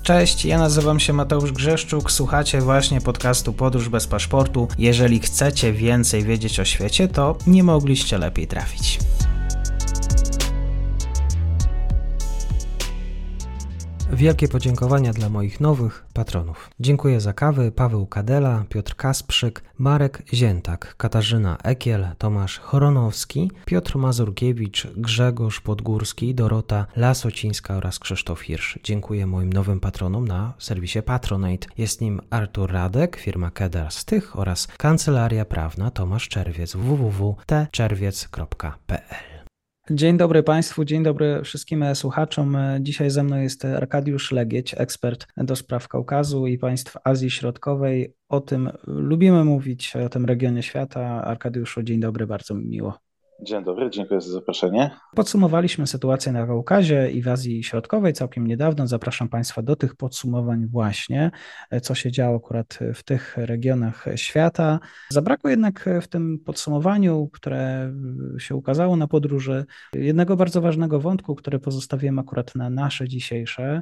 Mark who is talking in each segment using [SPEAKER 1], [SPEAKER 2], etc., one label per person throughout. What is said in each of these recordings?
[SPEAKER 1] Cześć, ja nazywam się Mateusz Grzeszczuk, słuchacie właśnie podcastu Podróż bez paszportu. Jeżeli chcecie więcej wiedzieć o świecie, to nie mogliście lepiej trafić. Wielkie podziękowania dla moich nowych patronów. Dziękuję za kawy Paweł Kadela, Piotr Kasprzyk, Marek Ziętak, Katarzyna Ekiel, Tomasz Choronowski, Piotr Mazurkiewicz, Grzegorz Podgórski, Dorota Lasocińska oraz Krzysztof Hirsch. Dziękuję moim nowym patronom na serwisie Patronite. Jest nim Artur Radek, firma Kedar Stych oraz Kancelaria Prawna Tomasz Czerwiec www.tczerwiec.pl. Dzień dobry Państwu, dzień dobry wszystkim słuchaczom. Dzisiaj ze mną jest Arkadiusz Legieć, ekspert do spraw Kaukazu i państw Azji Środkowej. O tym lubimy mówić, o tym regionie świata. Arkadiuszu, dzień dobry, bardzo mi miło.
[SPEAKER 2] Dzień dobry, dziękuję za zaproszenie.
[SPEAKER 1] Podsumowaliśmy sytuację na Kaukazie i w Azji Środkowej całkiem niedawno. Zapraszam Państwa do tych podsumowań właśnie, co się działo akurat w tych regionach świata. Zabrakło jednak w tym podsumowaniu, które się ukazało na podróży, jednego bardzo ważnego wątku, który pozostawiłem akurat na nasze dzisiejsze,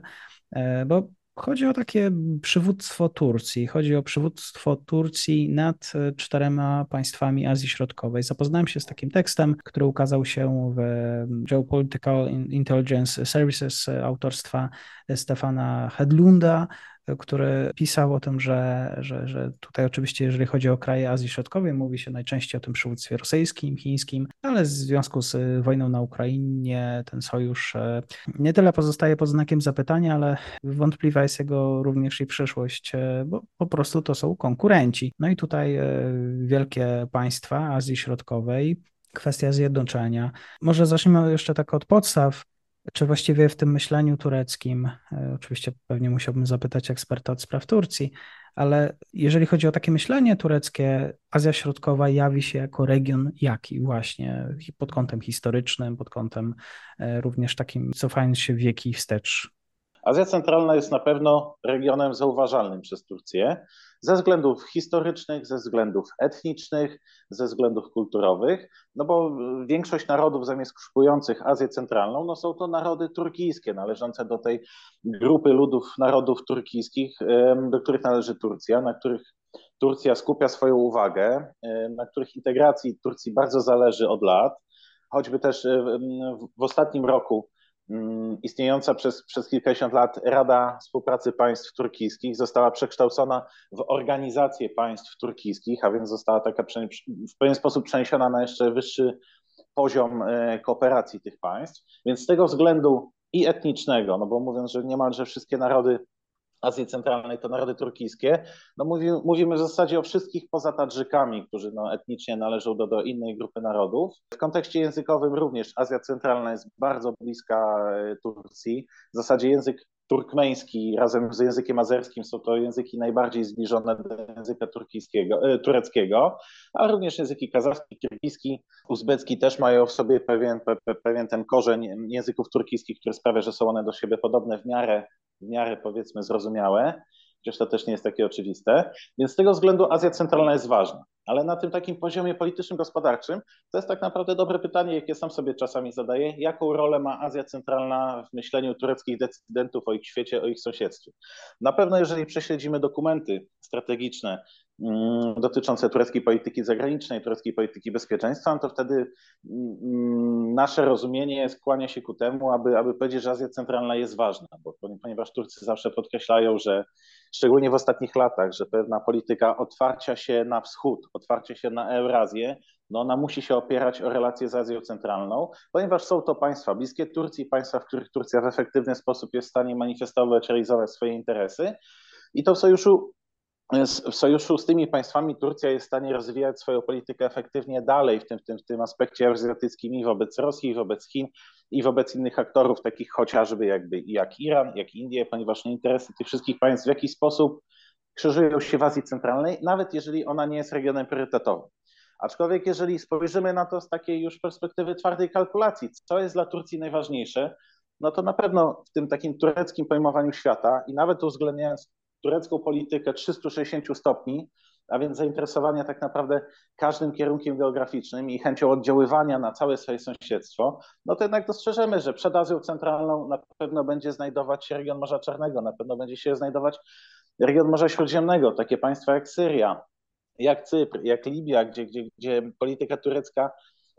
[SPEAKER 1] bo chodzi o takie przywództwo Turcji. Chodzi o przywództwo Turcji nad 4 państwami Azji Środkowej. Zapoznałem się z takim tekstem, który ukazał się w Geopolitical Intelligence Services autorstwa Stefana Hedlunda, który pisał o tym, że tutaj oczywiście, jeżeli chodzi o kraje Azji Środkowej, mówi się najczęściej o tym przywództwie rosyjskim, chińskim, ale w związku z wojną na Ukrainie ten sojusz nie tyle pozostaje pod znakiem zapytania, ale wątpliwa jest jego również i przyszłość, bo po prostu to są konkurenci. No i tutaj wielkie państwa Azji Środkowej, kwestia zjednoczenia. Może zacznijmy jeszcze tak od podstaw. Czy właściwie w tym myśleniu tureckim, oczywiście pewnie musiałbym zapytać eksperta od spraw Turcji, ale jeżeli chodzi o takie myślenie tureckie, Azja Środkowa jawi się jako region jaki właśnie pod kątem historycznym, pod kątem również takim cofając się wieki wstecz?
[SPEAKER 2] Azja Centralna jest na pewno regionem zauważalnym przez Turcję ze względów historycznych, ze względów etnicznych, ze względów kulturowych, no bo większość narodów zamieszkujących Azję Centralną, no są to narody turkijskie, należące do tej grupy narodów turkijskich, do których należy Turcja, na których Turcja skupia swoją uwagę, na których integracji Turcji bardzo zależy od lat, choćby też w ostatnim roku istniejąca przez kilkadziesiąt lat Rada Współpracy Państw Turkijskich została przekształcona w Organizację Państw Turkijskich, a więc została taka w pewien sposób przeniesiona na jeszcze wyższy poziom kooperacji tych państw. Więc z tego względu i etnicznego, no bo mówiąc, że niemalże wszystkie narody Azji Centralnej to narody turkijskie, no mówimy w zasadzie o wszystkich poza Tadżykami, którzy no etnicznie należą do innej grupy narodów. W kontekście językowym również Azja Centralna jest bardzo bliska Turcji. W zasadzie język turkmeński razem z językiem azerskim są to języki najbardziej zbliżone do języka tureckiego, ale również języki kazachski, kirgiski, uzbecki też mają w sobie pewien ten korzeń języków turkijskich, który sprawia, że są one do siebie podobne w miarę powiedzmy zrozumiałe, chociaż to też nie jest takie oczywiste. Więc z tego względu Azja Centralna jest ważna. Ale na tym takim poziomie politycznym, gospodarczym to jest tak naprawdę dobre pytanie, jakie sam sobie czasami zadaję. Jaką rolę ma Azja Centralna w myśleniu tureckich decydentów o ich świecie, o ich sąsiedztwie? Na pewno jeżeli prześledzimy dokumenty strategiczne dotyczące tureckiej polityki zagranicznej, tureckiej polityki bezpieczeństwa, no to wtedy nasze rozumienie skłania się ku temu, aby powiedzieć, że Azja Centralna jest ważna, ponieważ Turcy zawsze podkreślają, że szczególnie w ostatnich latach, że pewna polityka otwarcia się na wschód, otwarcia się na Eurazję, no ona musi się opierać o relacje z Azją Centralną, ponieważ są to państwa bliskie Turcji, państwa, w których Turcja w efektywny sposób jest w stanie manifestować, realizować swoje interesy i to w sojuszu z tymi państwami Turcja jest w stanie rozwijać swoją politykę efektywnie dalej w tym aspekcie azjatyckim i wobec Rosji, i wobec Chin, i wobec innych aktorów, takich chociażby jak Iran, jak Indie, ponieważ interesy tych wszystkich państw w jakiś sposób krzyżują się w Azji Centralnej, nawet jeżeli ona nie jest regionem priorytetowym. Aczkolwiek jeżeli spojrzymy na to z takiej już perspektywy twardej kalkulacji, co jest dla Turcji najważniejsze, no to na pewno w tym takim tureckim pojmowaniu świata i nawet uwzględniając turecką politykę 360 stopni, a więc zainteresowania tak naprawdę każdym kierunkiem geograficznym i chęcią oddziaływania na całe swoje sąsiedztwo, no to jednak dostrzeżemy, że przed Azją Centralną na pewno będzie znajdować się region Morza Czarnego, na pewno będzie się znajdować region Morza Śródziemnego, takie państwa jak Syria, jak Cypr, jak Libia, gdzie polityka turecka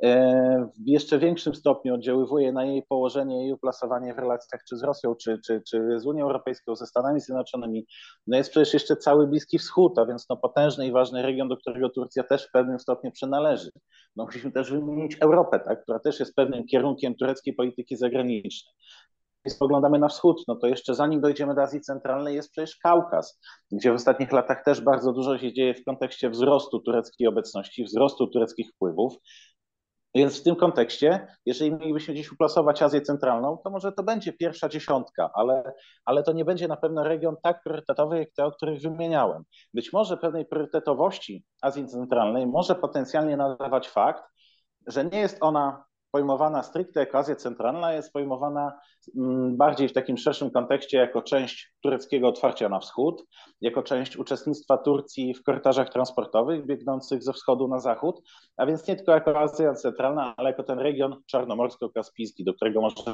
[SPEAKER 2] w jeszcze większym stopniu oddziaływuje na jej położenie i uplasowanie w relacjach czy z Rosją, czy z Unią Europejską, ze Stanami Zjednoczonymi. No jest przecież jeszcze cały Bliski Wschód, a więc no potężny i ważny region, do którego Turcja też w pewnym stopniu przynależy. No musimy też wymienić Europę, tak, która też jest pewnym kierunkiem tureckiej polityki zagranicznej. Spoglądamy na wschód, no to jeszcze zanim dojdziemy do Azji Centralnej jest przecież Kaukaz, gdzie w ostatnich latach też bardzo dużo się dzieje w kontekście wzrostu tureckiej obecności, wzrostu tureckich wpływów. Więc w tym kontekście, jeżeli mielibyśmy gdzieś uplasować Azję Centralną, to może to będzie pierwsza dziesiątka, ale to nie będzie na pewno region tak priorytetowy, jak te, o których wymieniałem. Być może pewnej priorytetowości Azji Centralnej może potencjalnie nadawać fakt, że nie jest ona pojmowana stricte jako Azja Centralna, jest pojmowana bardziej w takim szerszym kontekście jako część tureckiego otwarcia na wschód, jako część uczestnictwa Turcji w korytarzach transportowych biegnących ze wschodu na zachód, a więc nie tylko jako Azja Centralna, ale jako ten region czarnomorsko-kaspijski, do którego można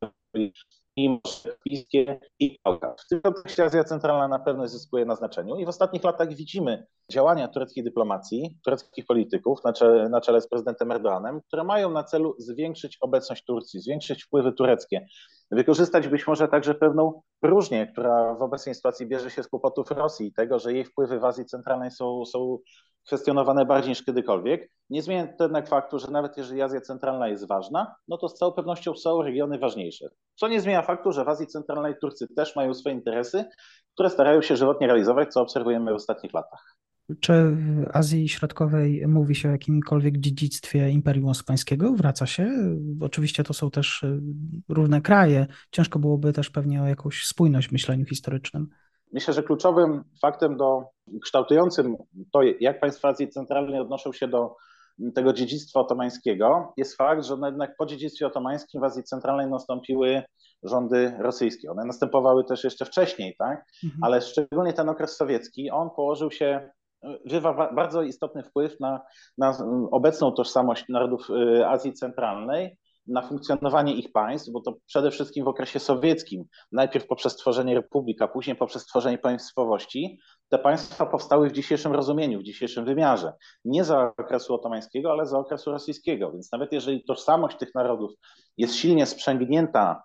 [SPEAKER 2] i Morze Kaspijskie, i Kaukaz. W tym kontekście Azja Centralna na pewno zyskuje na znaczeniu i w ostatnich latach widzimy działania tureckiej dyplomacji, tureckich polityków na czele z prezydentem Erdoğanem, które mają na celu zwiększyć obecność Turcji, zwiększyć wpływy tureckie, wykorzystać być może także pewną próżnię, która w obecnej sytuacji bierze się z kłopotów Rosji i tego, że jej wpływy w Azji Centralnej są kwestionowane bardziej niż kiedykolwiek. Nie zmienia to jednak faktu, że nawet jeżeli Azja Centralna jest ważna, no to z całą pewnością są regiony ważniejsze. Co nie zmienia faktu, że w Azji Centralnej Turcy też mają swoje interesy, które starają się żywotnie realizować, co obserwujemy w ostatnich latach.
[SPEAKER 1] Czy w Azji Środkowej mówi się o jakimkolwiek dziedzictwie Imperium Osmańskiego? Wraca się? Oczywiście to są też różne kraje. Ciężko byłoby też pewnie o jakąś spójność w myśleniu historycznym.
[SPEAKER 2] Myślę, że kluczowym faktem kształtującym to, jak państwa Azji Centralnej odnoszą się do tego dziedzictwa otomańskiego, jest fakt, że jednak po dziedzictwie otomańskim w Azji Centralnej nastąpiły rządy rosyjskie. One następowały też jeszcze wcześniej, tak? Ale szczególnie ten okres sowiecki, on wywarł bardzo istotny wpływ na obecną tożsamość narodów Azji Centralnej, na funkcjonowanie ich państw, bo to przede wszystkim w okresie sowieckim, najpierw poprzez tworzenie republik, a później poprzez tworzenie państwowości, te państwa powstały w dzisiejszym rozumieniu, w dzisiejszym wymiarze. Nie za okresu otomańskiego, ale za okresu rosyjskiego. Więc nawet jeżeli tożsamość tych narodów jest silnie sprzęgnięta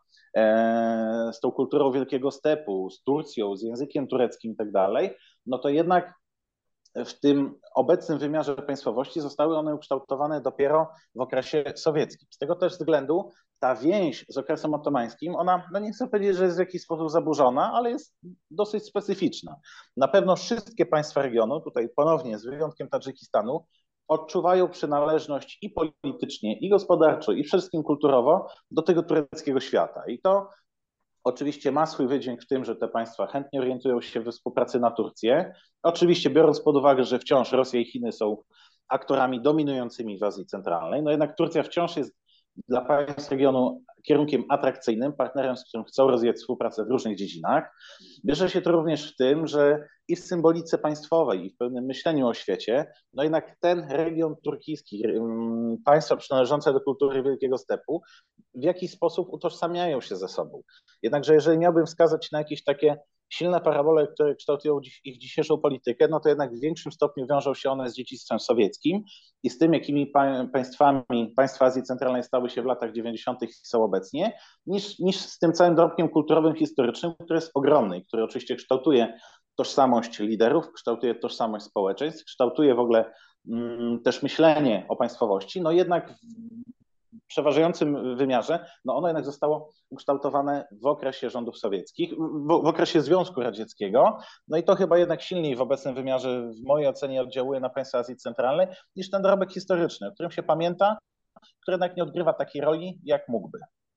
[SPEAKER 2] z tą kulturą Wielkiego Stepu, z Turcją, z językiem tureckim i tak dalej, no to jednak w tym obecnym wymiarze państwowości zostały one ukształtowane dopiero w okresie sowieckim. Z tego też względu ta więź z okresem otomańskim, ona, no nie chcę powiedzieć, że jest w jakiś sposób zaburzona, ale jest dosyć specyficzna. Na pewno wszystkie państwa regionu, tutaj ponownie z wyjątkiem Tadżykistanu, odczuwają przynależność i politycznie, i gospodarczo, i przede wszystkim kulturowo do tego tureckiego świata. I to oczywiście ma swój wydźwięk w tym, że te państwa chętnie orientują się we współpracy na Turcję. Oczywiście biorąc pod uwagę, że wciąż Rosja i Chiny są aktorami dominującymi w Azji Centralnej, no jednak Turcja wciąż jest dla państw regionu kierunkiem atrakcyjnym, partnerem, z którym chcą rozwijać współpracę w różnych dziedzinach. Bierze się to również w tym, że i w symbolice państwowej, i w pewnym myśleniu o świecie, no jednak ten region turkijski, państwa przynależące do kultury Wielkiego Stepu, w jakiś sposób utożsamiają się ze sobą. Jednakże jeżeli miałbym wskazać na jakieś takie silne parabole, które kształtują ich dzisiejszą politykę, no to jednak w większym stopniu wiążą się one z dziedzictwem sowieckim i z tym, jakimi państwa Azji Centralnej stały się w latach 90. i są obecnie, niż z tym całym dorobkiem kulturowym, historycznym, który jest ogromny i który oczywiście kształtuje tożsamość liderów, kształtuje tożsamość społeczeństw, kształtuje w ogóle też myślenie o państwowości, no jednak przeważającym wymiarze, no ono jednak zostało ukształtowane w okresie rządów sowieckich, w okresie Związku Radzieckiego, no i to chyba jednak silniej w obecnym wymiarze w mojej ocenie oddziałuje na państwa Azji Centralnej niż ten dorobek historyczny, o którym się pamięta, który jednak nie odgrywa takiej roli, jak mógłby.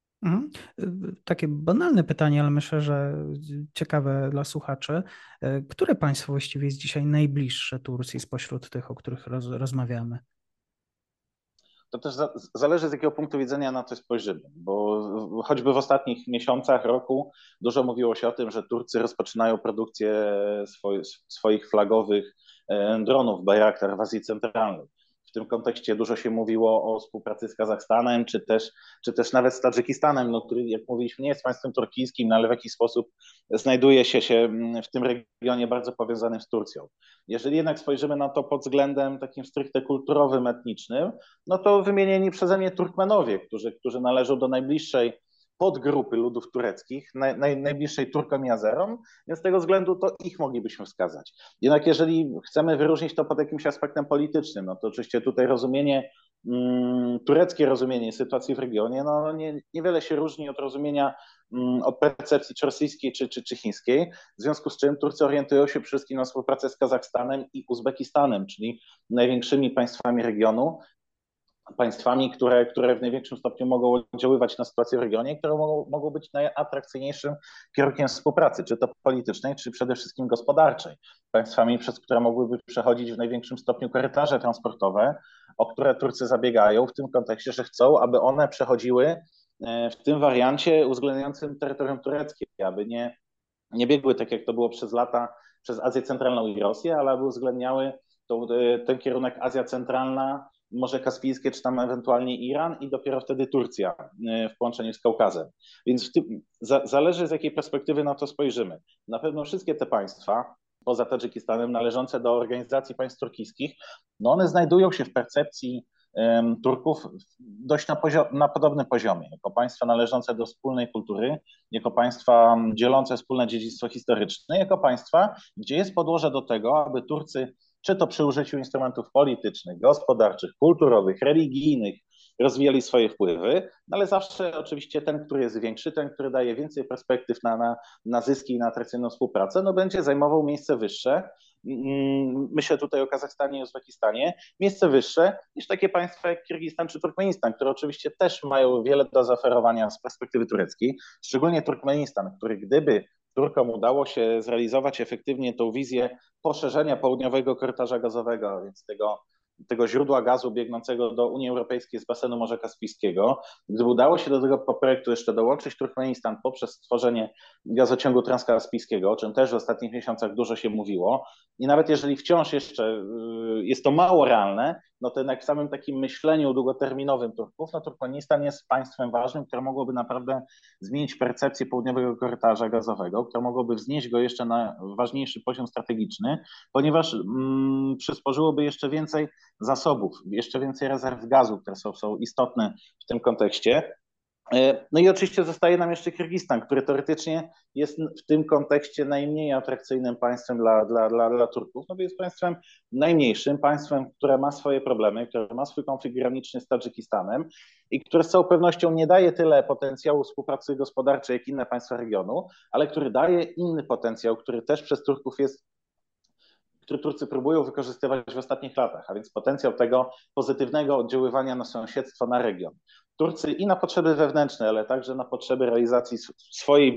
[SPEAKER 1] Takie banalne pytanie, ale myślę, że ciekawe dla słuchaczy. Które państwo właściwie jest dzisiaj najbliższe Turcji spośród tych, o których rozmawiamy?
[SPEAKER 2] To też zależy z jakiego punktu widzenia na to spojrzymy, bo choćby w ostatnich miesiącach, roku dużo mówiło się o tym, że Turcy rozpoczynają produkcję swoich flagowych dronów Bayraktar w Azji Centralnej. W tym kontekście dużo się mówiło o współpracy z Kazachstanem, czy też nawet z Tadżykistanem, no, który, jak mówiliśmy, nie jest państwem turkijskim, no, ale w jakiś sposób znajduje się w tym regionie bardzo powiązanym z Turcją. Jeżeli jednak spojrzymy na to pod względem takim stricte kulturowym, etnicznym, no to wymienieni przeze mnie Turkmenowie, którzy należą do najbliższej podgrupy ludów tureckich, najbliższej Turkom i Azerom, więc z tego względu to ich moglibyśmy wskazać. Jednak jeżeli chcemy wyróżnić to pod jakimś aspektem politycznym, no to oczywiście tutaj tureckie rozumienie sytuacji w regionie, no niewiele się różni od rozumienia, od percepcji czy rosyjskiej, czy chińskiej, w związku z czym Turcy orientują się przede wszystkim na współpracę z Kazachstanem i Uzbekistanem, czyli największymi państwami regionu, państwami, które w największym stopniu mogą oddziaływać na sytuację w regionie, które mogą być najatrakcyjniejszym kierunkiem współpracy, czy to politycznej, czy przede wszystkim gospodarczej. Państwami, przez które mogłyby przechodzić w największym stopniu korytarze transportowe, o które Turcy zabiegają w tym kontekście, że chcą, aby one przechodziły w tym wariancie uwzględniającym terytorium tureckie, aby nie biegły tak, jak to było przez lata, przez Azję Centralną i Rosję, ale aby uwzględniały ten kierunek Azja Centralna, Morze Kaspijskie, czy tam ewentualnie Iran i dopiero wtedy Turcja w połączeniu z Kaukazem. Więc zależy, z jakiej perspektywy na to spojrzymy. Na pewno wszystkie te państwa, poza Tadżykistanem, należące do organizacji państw turkiskich, no one znajdują się w percepcji Turków dość na podobnym poziomie, jako państwa należące do wspólnej kultury, jako państwa dzielące wspólne dziedzictwo historyczne, jako państwa, gdzie jest podłoże do tego, aby Turcy, czy to przy użyciu instrumentów politycznych, gospodarczych, kulturowych, religijnych, rozwijali swoje wpływy, no ale zawsze oczywiście ten, który jest większy, ten, który daje więcej perspektyw na zyski i na atrakcyjną współpracę, no będzie zajmował miejsce wyższe. Myślę tutaj o Kazachstanie i Uzbekistanie, miejsce wyższe niż takie państwa jak Kirgistan czy Turkmenistan, które oczywiście też mają wiele do zaoferowania z perspektywy tureckiej, szczególnie Turkmenistan, który gdyby Turkom udało się zrealizować efektywnie tą wizję poszerzenia południowego korytarza gazowego, więc tego źródła gazu biegnącego do Unii Europejskiej z basenu Morza Kaspijskiego. Gdyby udało się do tego projektu jeszcze dołączyć Turkmenistan poprzez stworzenie gazociągu transkaspijskiego, o czym też w ostatnich miesiącach dużo się mówiło, i nawet jeżeli wciąż jeszcze jest to mało realne, no to jednak w samym takim myśleniu długoterminowym Turków, no Turkmenistan jest państwem ważnym, które mogłoby naprawdę zmienić percepcję południowego korytarza gazowego, które mogłoby wznieść go jeszcze na ważniejszy poziom strategiczny, ponieważ przysporzyłoby jeszcze więcej zasobów, jeszcze więcej rezerw gazu, które są istotne w tym kontekście. No i oczywiście zostaje nam jeszcze Kirgistan, który teoretycznie jest w tym kontekście najmniej atrakcyjnym państwem dla Turków, no bo jest państwem najmniejszym, państwem, które ma swoje problemy, które ma swój konflikt graniczny z Tadżykistanem i które z całą pewnością nie daje tyle potencjału współpracy gospodarczej jak inne państwa regionu, ale który daje inny potencjał, który też przez Turków jest, który Turcy próbują wykorzystywać w ostatnich latach, a więc potencjał tego pozytywnego oddziaływania na sąsiedztwo, na region. Turcy i na potrzeby wewnętrzne, ale także na potrzeby realizacji swojej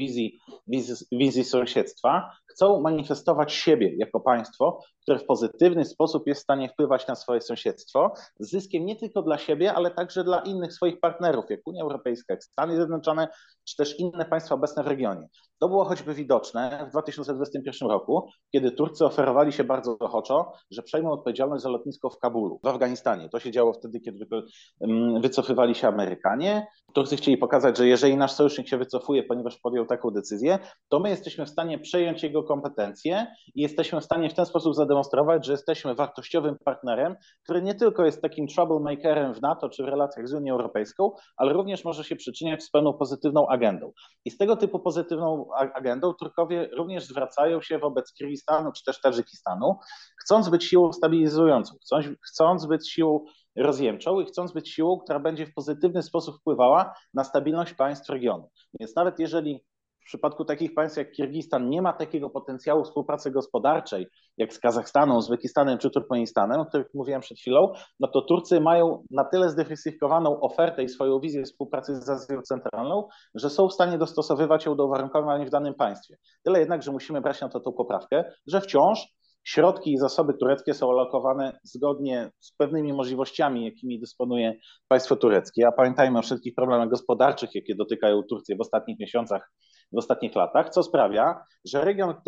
[SPEAKER 2] wizji sąsiedztwa chcą manifestować siebie jako państwo, które w pozytywny sposób jest w stanie wpływać na swoje sąsiedztwo z zyskiem nie tylko dla siebie, ale także dla innych swoich partnerów, jak Unia Europejska, jak Stany Zjednoczone, czy też inne państwa obecne w regionie. To było choćby widoczne w 2021 roku, kiedy Turcy oferowali się bardzo ochoczo, że przejmą odpowiedzialność za lotnisko w Kabulu, w Afganistanie. To się działo wtedy, kiedy wycofywali się Amerykanie. Turcy chcieli pokazać, że jeżeli nasz sojusznik się wycofuje, ponieważ podjął taką decyzję, to my jesteśmy w stanie przejąć jego kompetencje i jesteśmy w stanie w ten sposób zademonstrować, że jesteśmy wartościowym partnerem, który nie tylko jest takim troublemakerem w NATO czy w relacjach z Unią Europejską, ale również może się przyczyniać z pewną pozytywną agendą. I z tego typu pozytywną agendą Turkowie również zwracają się wobec Kirgistanu czy też Tadżykistanu, chcąc być siłą stabilizującą, chcąc być siłą rozjemczą i chcąc być siłą, która będzie w pozytywny sposób wpływała na stabilność państw regionu. Więc nawet jeżeli w przypadku takich państw jak Kirgistan nie ma takiego potencjału współpracy gospodarczej, jak z Kazachstanem, Uzbekistanem czy Turkmenistanem, o których mówiłem przed chwilą, no to Turcy mają na tyle zdywersyfikowaną ofertę i swoją wizję współpracy z Azją Centralną, że są w stanie dostosowywać ją do uwarunkowań w danym państwie. Tyle jednak, że musimy brać na to tą poprawkę, że wciąż środki i zasoby tureckie są alokowane zgodnie z pewnymi możliwościami, jakimi dysponuje państwo tureckie. A pamiętajmy o wszystkich problemach gospodarczych, jakie dotykają Turcję w ostatnich miesiącach, w ostatnich latach, co sprawia, że region, który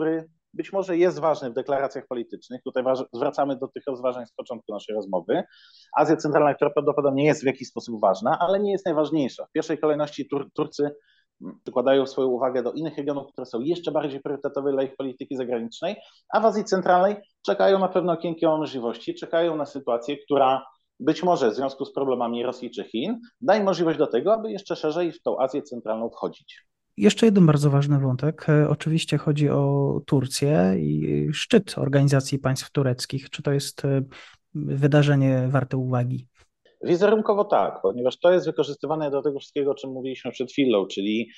[SPEAKER 2] być może jest ważny w deklaracjach politycznych, tutaj zwracamy do tych rozważań z początku naszej rozmowy. Azja Centralna, która prawdopodobnie jest w jakiś sposób ważna, ale nie jest najważniejsza. W pierwszej kolejności Turcy przykładają swoją uwagę do innych regionów, które są jeszcze bardziej priorytetowe dla ich polityki zagranicznej, a w Azji Centralnej czekają na pewne okienki o możliwości, czekają na sytuację, która być może w związku z problemami Rosji czy Chin daje możliwość do tego, aby jeszcze szerzej w tą Azję Centralną wchodzić.
[SPEAKER 1] Jeszcze jeden bardzo ważny wątek. Oczywiście chodzi o Turcję i szczyt Organizacji Państw Tureckich. Czy to jest wydarzenie warte uwagi?
[SPEAKER 2] Wizerunkowo tak, ponieważ to jest wykorzystywane do tego wszystkiego, o czym mówiliśmy przed chwilą, czyli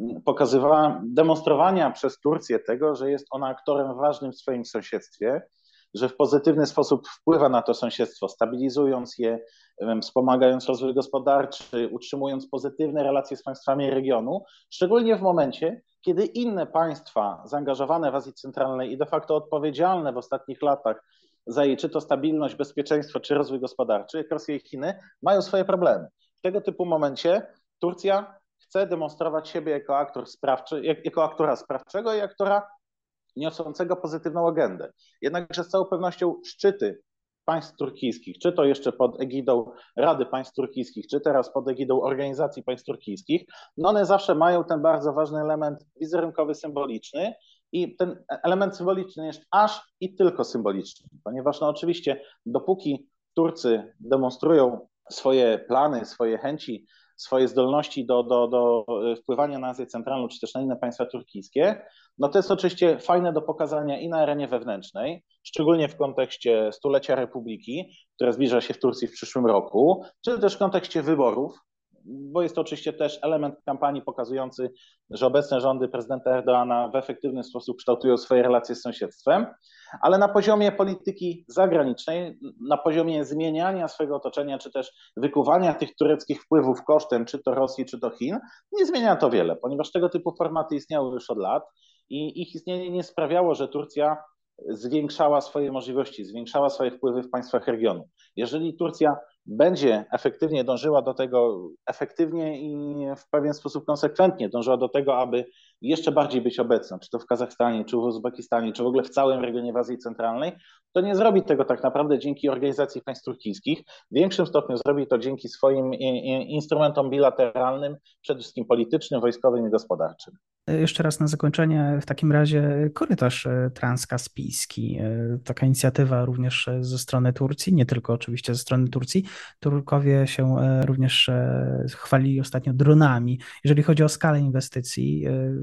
[SPEAKER 2] demonstrowania przez Turcję tego, że jest ona aktorem ważnym w swoim sąsiedztwie, że w pozytywny sposób wpływa na to sąsiedztwo, stabilizując je, wspomagając rozwój gospodarczy, utrzymując pozytywne relacje z państwami regionu, szczególnie w momencie, kiedy inne państwa zaangażowane w Azji Centralnej i de facto odpowiedzialne w ostatnich latach za jej czy to stabilność, bezpieczeństwo, czy rozwój gospodarczy, jak Rosja i Chiny, mają swoje problemy. W tego typu momencie Turcja chce demonstrować siebie jako aktor sprawczy, jako aktora sprawczego i aktora niosącego pozytywną agendę. Jednakże z całą pewnością szczyty państw turkijskich, czy to jeszcze pod egidą Rady Państw Turkijskich, czy teraz pod egidą Organizacji Państw Turkijskich, no one zawsze mają ten bardzo ważny element wizerunkowy, symboliczny i ten element symboliczny jest aż i tylko symboliczny, ponieważ no oczywiście dopóki Turcy demonstrują swoje plany, swoje chęci, swoje zdolności do wpływania na Azję Centralną, czy też na inne państwa turkijskie, no to jest oczywiście fajne do pokazania i na arenie wewnętrznej, szczególnie w kontekście stulecia Republiki, która zbliża się w Turcji w przyszłym roku, czy też w kontekście wyborów, bo jest to oczywiście też element kampanii pokazujący, że obecne rządy prezydenta Erdoğana w efektywny sposób kształtują swoje relacje z sąsiedztwem, ale na poziomie polityki zagranicznej, na poziomie zmieniania swojego otoczenia, czy też wykuwania tych tureckich wpływów kosztem czy to Rosji, czy to Chin, nie zmienia to wiele, ponieważ tego typu formaty istniały już od lat i ich istnienie nie sprawiało, że Turcja zwiększała swoje możliwości, zwiększała swoje wpływy w państwach regionu. Jeżeli Turcja będzie efektywnie dążyła do tego, efektywnie i w pewien sposób konsekwentnie dążyła do tego, aby jeszcze bardziej być obecna, czy to w Kazachstanie, czy w Uzbekistanie, czy w ogóle w całym regionie w Azji Centralnej, to nie zrobi tego tak naprawdę dzięki Organizacji Państw Turkijskich. W większym stopniu zrobi to dzięki swoim instrumentom bilateralnym, przede wszystkim politycznym, wojskowym i gospodarczym.
[SPEAKER 1] Jeszcze raz na zakończenie, w takim razie korytarz transkaspijski, taka inicjatywa również ze strony Turcji, nie tylko oczywiście ze strony Turcji. Turkowie się również chwalili ostatnio dronami. Jeżeli chodzi o skalę inwestycji,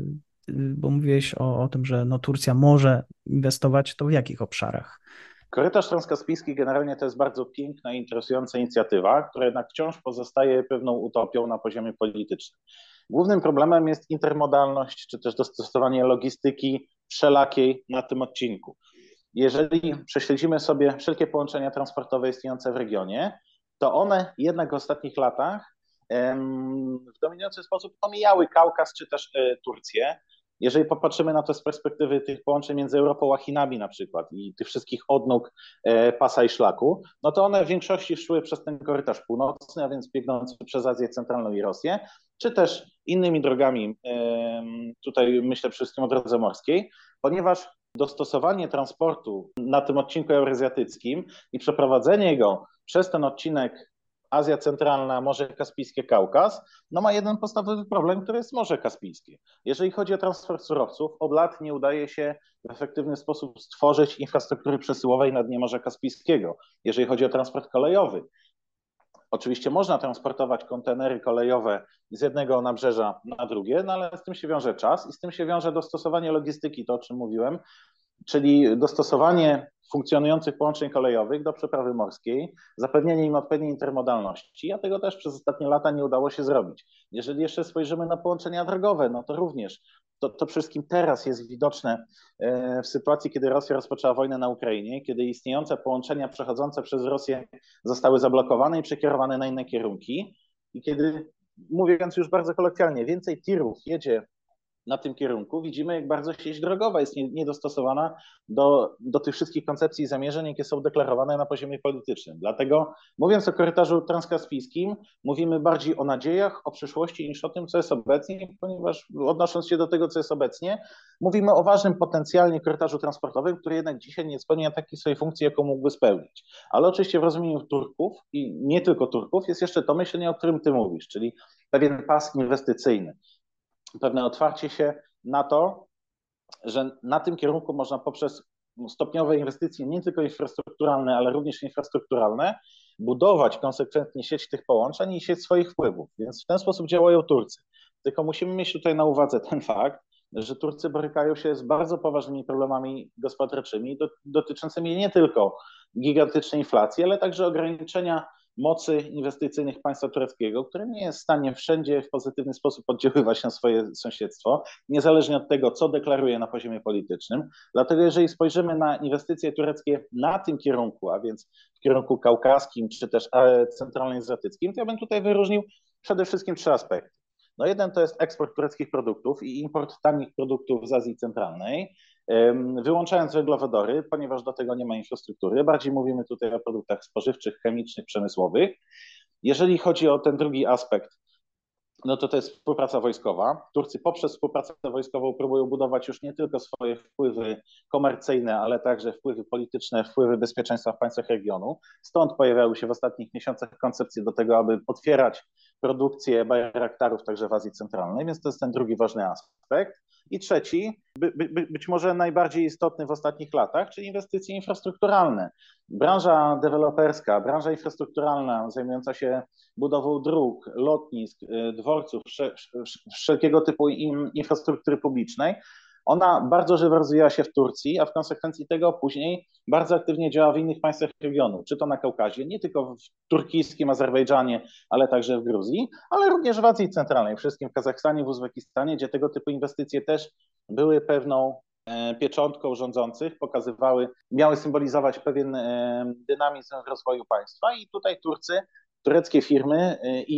[SPEAKER 1] bo mówiłeś o tym, że no Turcja może inwestować, to w jakich obszarach?
[SPEAKER 2] Korytarz transkaspijski generalnie to jest bardzo piękna i interesująca inicjatywa, która jednak wciąż pozostaje pewną utopią na poziomie politycznym. Głównym problemem jest intermodalność, czy też dostosowanie logistyki wszelakiej na tym odcinku. Jeżeli prześledzimy sobie wszelkie połączenia transportowe istniejące w regionie, to one jednak w ostatnich latach w dominujący sposób omijały Kaukaz czy też Turcję. Jeżeli popatrzymy na to z perspektywy tych połączeń między Europą a Chinami na przykład i tych wszystkich odnóg pasa i szlaku, no to one w większości szły przez ten korytarz północny, a więc biegnący przez Azję Centralną i Rosję, czy też innymi drogami, tutaj myślę przede wszystkim o drodze morskiej, ponieważ dostosowanie transportu na tym odcinku eurazjatyckim i przeprowadzenie go przez ten odcinek Azja Centralna, Morze Kaspijskie, Kaukaz, no ma jeden podstawowy problem, który jest Morze Kaspijskie. Jeżeli chodzi o transport surowców, od lat nie udaje się w efektywny sposób stworzyć infrastruktury przesyłowej na dnie Morza Kaspijskiego. Jeżeli chodzi o transport kolejowy, oczywiście można transportować kontenery kolejowe z jednego nabrzeża na drugie, no ale z tym się wiąże czas i z tym się wiąże dostosowanie logistyki, to o czym mówiłem, czyli dostosowanie funkcjonujących połączeń kolejowych do przeprawy morskiej, zapewnienie im odpowiedniej intermodalności, a tego też przez ostatnie lata nie udało się zrobić. Jeżeli jeszcze spojrzymy na połączenia drogowe, no to również to wszystkim teraz jest widoczne w sytuacji, kiedy Rosja rozpoczęła wojnę na Ukrainie, kiedy istniejące połączenia przechodzące przez Rosję zostały zablokowane i przekierowane na inne kierunki i kiedy, mówiąc już bardzo kolokwialnie, więcej tirów jedzie na tym kierunku, widzimy, jak bardzo sieć drogowa jest niedostosowana do tych wszystkich koncepcji i zamierzeń, jakie są deklarowane na poziomie politycznym. Dlatego, mówiąc o korytarzu transkaspijskim, mówimy bardziej o nadziejach, o przyszłości niż o tym, co jest obecnie, ponieważ odnosząc się do tego, co jest obecnie, mówimy o ważnym potencjalnie korytarzu transportowym, który jednak dzisiaj nie spełnia takiej swojej funkcji, jaką mógłby spełnić. Ale oczywiście w rozumieniu Turków i nie tylko Turków jest jeszcze to myślenie, o którym ty mówisz, czyli pewien pas inwestycyjny, pewne otwarcie się na to, że na tym kierunku można poprzez stopniowe inwestycje, nie tylko infrastrukturalne, ale również infrastrukturalne, budować konsekwentnie sieć tych połączeń i sieć swoich wpływów. Więc w ten sposób działają Turcy. Tylko musimy mieć tutaj na uwadze ten fakt, że Turcy borykają się z bardzo poważnymi problemami gospodarczymi dotyczącymi nie tylko gigantycznej inflacji, ale także ograniczenia mocy inwestycyjnych państwa tureckiego, które nie jest w stanie wszędzie w pozytywny sposób oddziaływać na swoje sąsiedztwo, niezależnie od tego, co deklaruje na poziomie politycznym. Dlatego jeżeli spojrzymy na inwestycje tureckie na tym kierunku, a więc w kierunku kaukaskim czy też centralnoazjatyckim, to ja bym tutaj wyróżnił przede wszystkim trzy aspekty. No jeden to jest eksport tureckich produktów i import tanich produktów z Azji Centralnej, wyłączając węglowodory, ponieważ do tego nie ma infrastruktury. Bardziej mówimy tutaj o produktach spożywczych, chemicznych, przemysłowych. Jeżeli chodzi o ten drugi aspekt, no to jest współpraca wojskowa. Turcy poprzez współpracę wojskową próbują budować już nie tylko swoje wpływy komercyjne, ale także wpływy polityczne, wpływy bezpieczeństwa w państwach regionu. Stąd pojawiały się w ostatnich miesiącach koncepcje do tego, aby otwierać produkcję Bayraktarów także w Azji Centralnej, więc to jest ten drugi ważny aspekt. I trzeci, być może najbardziej istotny w ostatnich latach, czyli inwestycje infrastrukturalne. Branża deweloperska, branża infrastrukturalna zajmująca się budową dróg, lotnisk, dworców, wszelkiego typu infrastruktury publicznej, ona bardzo żywo rozwijała się w Turcji, a w konsekwencji tego później bardzo aktywnie działa w innych państwach regionu, czy to na Kaukazie, nie tylko w turkijskim Azerbejdżanie, ale także w Gruzji, ale również w Azji Centralnej, wszystkim w Kazachstanie, w Uzbekistanie, gdzie tego typu inwestycje też były pewną pieczątką rządzących, miały symbolizować pewien dynamizm w rozwoju państwa i tutaj tureckie firmy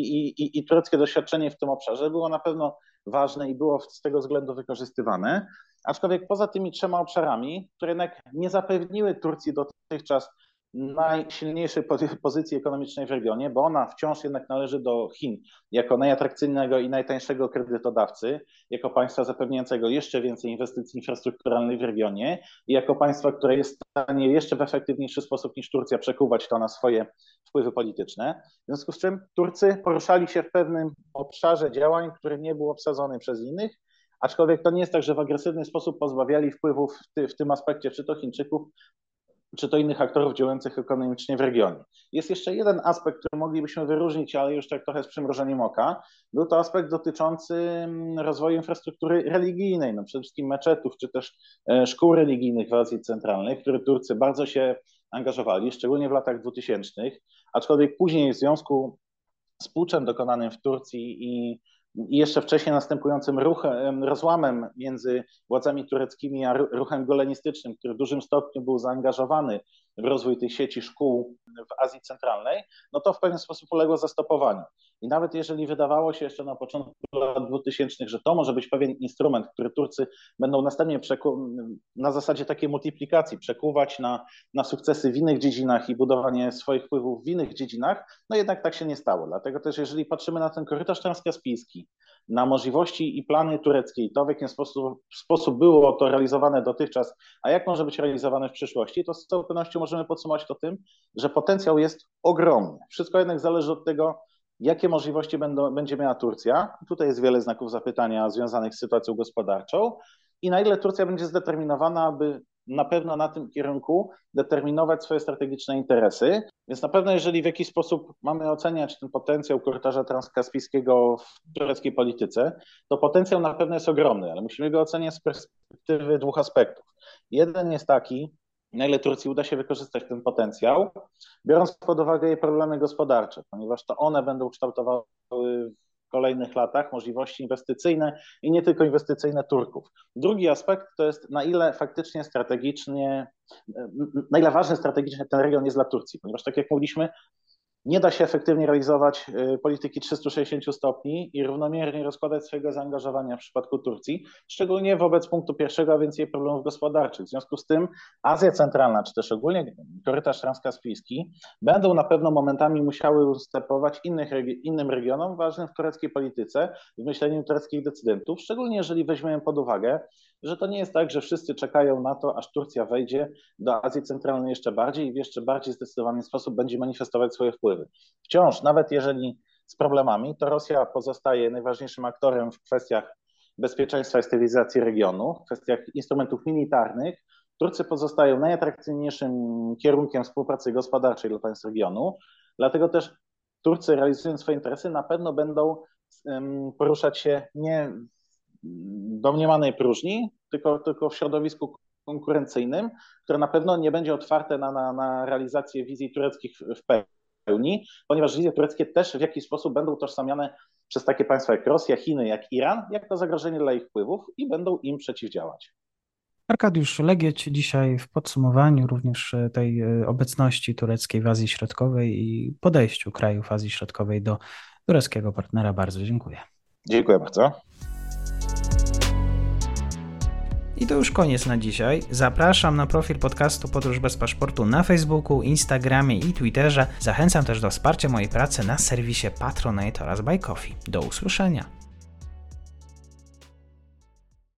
[SPEAKER 2] i tureckie doświadczenie w tym obszarze było na pewno ważne i było z tego względu wykorzystywane. Aczkolwiek poza tymi trzema obszarami, które jednak nie zapewniły Turcji dotychczas najsilniejszej pozycji ekonomicznej w regionie, bo ona wciąż jednak należy do Chin jako najatrakcyjnego i najtańszego kredytodawcy, jako państwa zapewniającego jeszcze więcej inwestycji infrastrukturalnych w regionie i jako państwa, które jest w stanie jeszcze w efektywniejszy sposób niż Turcja przekuwać to na swoje wpływy polityczne. W związku z czym Turcy poruszali się w pewnym obszarze działań, który nie był obsadzony przez innych, aczkolwiek to nie jest tak, że w agresywny sposób pozbawiali wpływów w tym aspekcie czy to Chińczyków, czy to innych aktorów działających ekonomicznie w regionie. Jest jeszcze jeden aspekt, który moglibyśmy wyróżnić, ale już tak trochę z przymrużeniem oka. Był to aspekt dotyczący rozwoju infrastruktury religijnej, no przede wszystkim meczetów, czy też szkół religijnych w Azji Centralnej, w które Turcy bardzo się angażowali, szczególnie w latach 2000, aczkolwiek później w związku z puczem dokonanym w Turcji i jeszcze wcześniej następującym rozłamem między władzami tureckimi a ruchem golenistycznym, który w dużym stopniu był zaangażowany w rozwój tej sieci szkół w Azji Centralnej, no to w pewien sposób uległo zastopowaniu. I nawet jeżeli wydawało się jeszcze na początku lat 2000, że to może być pewien instrument, który Turcy będą następnie na zasadzie takiej multiplikacji przekuwać na sukcesy w innych dziedzinach i budowanie swoich wpływów w innych dziedzinach, no jednak tak się nie stało. Dlatego też jeżeli patrzymy na ten korytarz transkaspijski, na możliwości i plany tureckie i to, w jaki sposób było to realizowane dotychczas, a jak może być realizowane w przyszłości, to z całą pewnością możemy podsumować to tym, że potencjał jest ogromny. Wszystko jednak zależy od tego, jakie możliwości będzie miała Turcja. Tutaj jest wiele znaków zapytania związanych z sytuacją gospodarczą i na ile Turcja będzie zdeterminowana, aby na pewno na tym kierunku determinować swoje strategiczne interesy. Więc na pewno jeżeli w jakiś sposób mamy oceniać ten potencjał korytarza transkaspijskiego w tureckiej polityce, to potencjał na pewno jest ogromny, ale musimy go oceniać z perspektywy dwóch aspektów. Jeden jest taki, na ile Turcji uda się wykorzystać ten potencjał, biorąc pod uwagę jej problemy gospodarcze, ponieważ to one będą kształtowały w kolejnych latach możliwości inwestycyjne i nie tylko inwestycyjne Turków. Drugi aspekt to jest na ile faktycznie strategicznie, na ile ważny strategicznie ten region jest dla Turcji, ponieważ tak jak mówiliśmy, Nie da się efektywnie realizować polityki 360 stopni i równomiernie rozkładać swojego zaangażowania w przypadku Turcji, szczególnie wobec punktu pierwszego, a więc jej problemów gospodarczych. W związku z tym Azja Centralna, czy też ogólnie korytarz transkaspijski będą na pewno momentami musiały ustępować innym regionom ważnym w tureckiej polityce, w myśleniu tureckich decydentów, szczególnie jeżeli weźmiemy pod uwagę, że to nie jest tak, że wszyscy czekają na to, aż Turcja wejdzie do Azji Centralnej jeszcze bardziej i w jeszcze bardziej zdecydowany sposób będzie manifestować swoje wpływy. Wciąż, nawet jeżeli z problemami, to Rosja pozostaje najważniejszym aktorem w kwestiach bezpieczeństwa i stabilizacji regionu, w kwestiach instrumentów militarnych. Turcy pozostają najatrakcyjniejszym kierunkiem współpracy gospodarczej dla państw regionu, dlatego też Turcy, realizując swoje interesy, na pewno będą poruszać się nie w domniemanej próżni, tylko w środowisku konkurencyjnym, które na pewno nie będzie otwarte na realizację wizji tureckich w pełni, ponieważ wizje tureckie też w jakiś sposób będą utożsamiane przez takie państwa jak Rosja, Chiny, jak Iran, jak to zagrożenie dla ich wpływów i będą im przeciwdziałać.
[SPEAKER 1] Arkadiusz Legieć dzisiaj w podsumowaniu również tej obecności tureckiej w Azji Środkowej i podejściu krajów Azji Środkowej do tureckiego partnera. Bardzo dziękuję.
[SPEAKER 2] Dziękuję bardzo.
[SPEAKER 1] I to już koniec na dzisiaj. Zapraszam na profil podcastu Podróż bez paszportu na Facebooku, Instagramie i Twitterze. Zachęcam też do wsparcia mojej pracy na serwisie Patronite oraz Buy Coffee. Do usłyszenia.